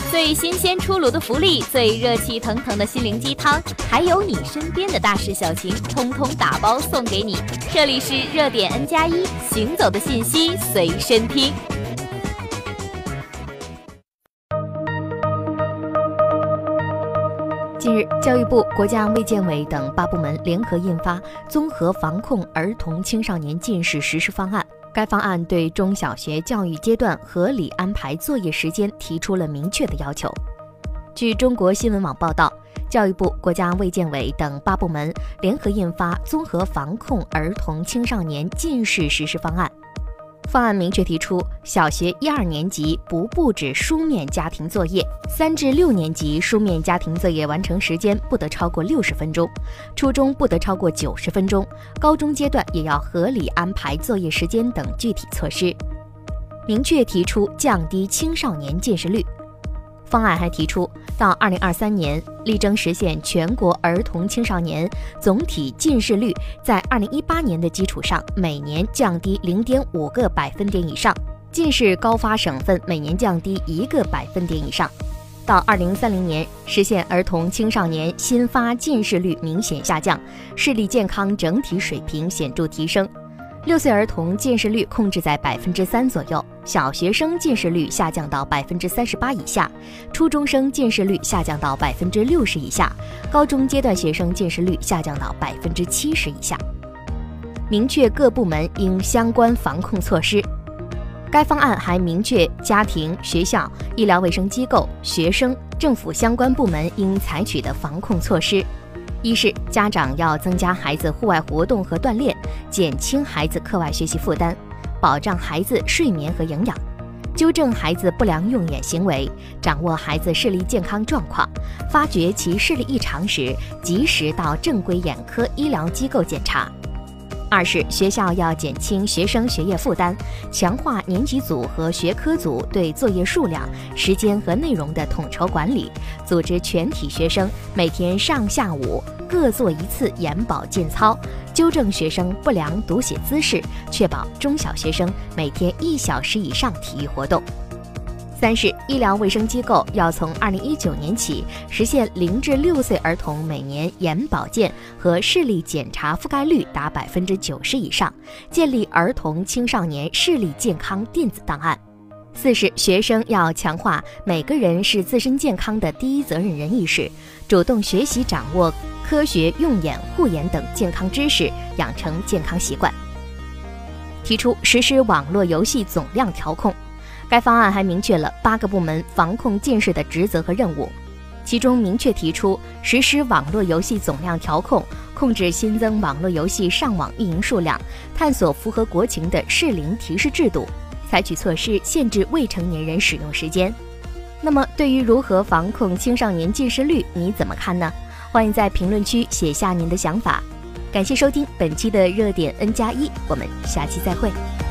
最新鲜出炉的福利，最热气腾腾的心灵鸡汤，还有你身边的大事小情，通通打包送给你。这里是热点 N+1，行走的信息随身听。近日，教育部、国家卫健委等8部门联合印发《综合防控儿童青少年近视实施方案》。该方案对中小学教育阶段合理安排作业时间提出了明确的要求。据中国新闻网报道，教育部、国家卫健委等8部门联合印发《综合防控儿童青少年近视实施方案》。方案明确提出，小学1、2年级不布置书面家庭作业，3至6年级书面家庭作业完成时间不得超过60分钟，初中不得超过90分钟，高中阶段也要合理安排作业时间等具体措施。明确提出降低青少年近视率。方案还提出，到2023年，力争实现全国儿童青少年总体近视率在2018年的基础上每年降低0.5个百分点以上，近视高发省份每年降低1个百分点以上。到2030年，实现儿童青少年新发近视率明显下降，视力健康整体水平显著提升。6岁儿童近视率控制在3%左右，小学生近视率下降到38%以下，初中生近视率下降到60%以下，高中阶段学生近视率下降到70%以下。明确各部门应相关防控措施。该方案还明确家庭、学校、医疗卫生机构、学生、政府相关部门应采取的防控措施。一是家长要增加孩子户外活动和锻炼，减轻孩子课外学习负担，保障孩子睡眠和营养，纠正孩子不良用眼行为，掌握孩子视力健康状况，发觉其视力异常时，及时到正规眼科医疗机构检查。二是学校要减轻学生学业负担，强化年级组和学科组对作业数量、时间和内容的统筹管理，组织全体学生每天上下午各做1次眼保健操，纠正学生不良读写姿势，确保中小学生每天1小时以上体育活动。三是医疗卫生机构要从2019年起实现0至6岁儿童每年眼保健和视力检查覆盖率达90%以上，建立儿童青少年视力健康电子档案。四是学生要强化每个人是自身健康的第一责任人意识，主动学习掌握科学用眼、护眼等健康知识，养成健康习惯。提出实施网络游戏总量调控。该方案还明确了8个部门防控近视的职责和任务，其中明确提出实施网络游戏总量调控，控制新增网络游戏上网运营数量，探索符合国情的适龄提示制度，采取措施限制未成年人使用时间。那么，对于如何防控青少年近视率，你怎么看呢？欢迎在评论区写下您的想法。感谢收听本期的热点 N+1，我们下期再会。